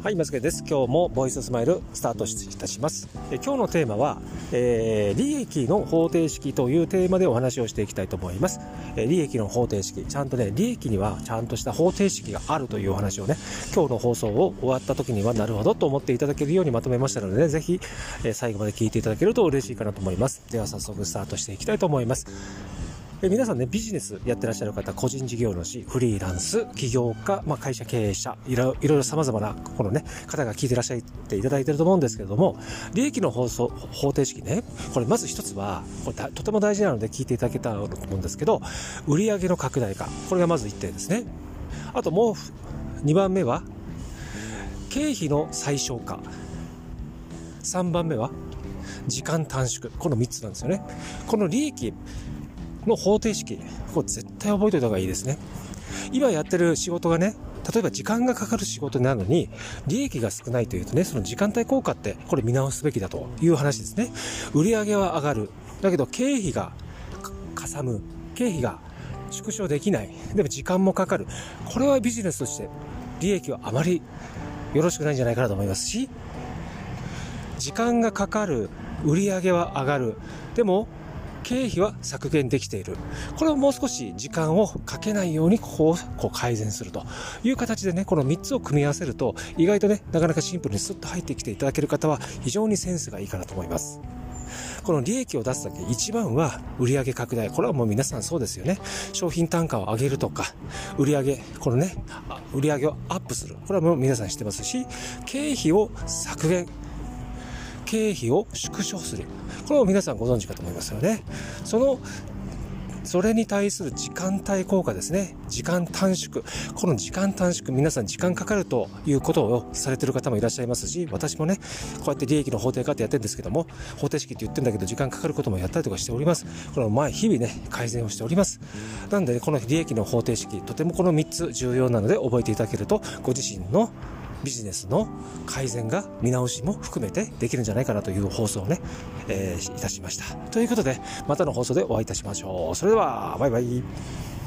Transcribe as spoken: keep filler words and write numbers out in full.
はい、松毛です。今日もボイススマイルスタートいたします。え今日のテーマは、えー、利益の方程式というテーマでお話をしていきたいと思います。えー、利益の方程式、ちゃんとね、利益にはちゃんとした方程式があるというお話をね、今日の放送を終わった時にはなるほどと思っていただけるようにまとめましたので、ね、ぜひ、えー、最後まで聞いていただけると嬉しいかなと思います。では早速スタートしていきたいと思います。え皆さんね、ビジネスやってらっしゃる方、個人事業主、フリーランス、起業家、まあ、会社経営者、いろいろ様々なこのね、方が聞いてらっしゃっていただいていると思うんですけれども、利益の方法方程式ね、これまず一つは、これとても大事なので聞いていただけたらと思うんですけど、売上の拡大化。これがまずいってんですね。あともうにばんめは、経費の最小化。さんばんめは、時間短縮。このみっつなんですよね。この利益の方程式、これ絶対覚えておいた方がいいですね。今やってる仕事がね、例えば時間がかかる仕事なのに利益が少ないというとね、その時間帯効果ってこれ見直すべきだという話ですね。売上は上がる、だけど経費がかさむ、経費が縮小できない、でも時間もかかる。これはビジネスとして利益はあまりよろしくないんじゃないかなと思いますし、時間がかかる、売上は上がる、でも経費は削減できている。これをもう少し時間をかけないようにこう、こう改善するという形でね、このみっつを組み合わせると意外とね、なかなかシンプルにスッと入ってきていただける方は非常にセンスがいいかなと思います。この利益を出すだけ一番は売上拡大。これはもう皆さんそうですよね。商品単価を上げるとか、売上、このね、売上をアップする。これはもう皆さん知ってますし、経費を削減。経費を縮小する。これを皆さんご存知かと思いますよね。そのそれに対する時間帯効果ですね。時間短縮。この時間短縮、皆さん時間かかるということをされている方もいらっしゃいますし、私もね、こうやって利益の方程化ってやってるんですけども、方程式って言ってるんだけど時間かかることもやったりとかしております。この前日々ね、改善をしております。なんで、ね、この利益の方程式、とてもこのみっつ重要なので覚えていただけると、ご自身のビジネスの改善が見直しも含めてできるんじゃないかなという放送をね、えー、いたしました。ということで、またの放送でお会いいたしましょう。それでは、バイバイ。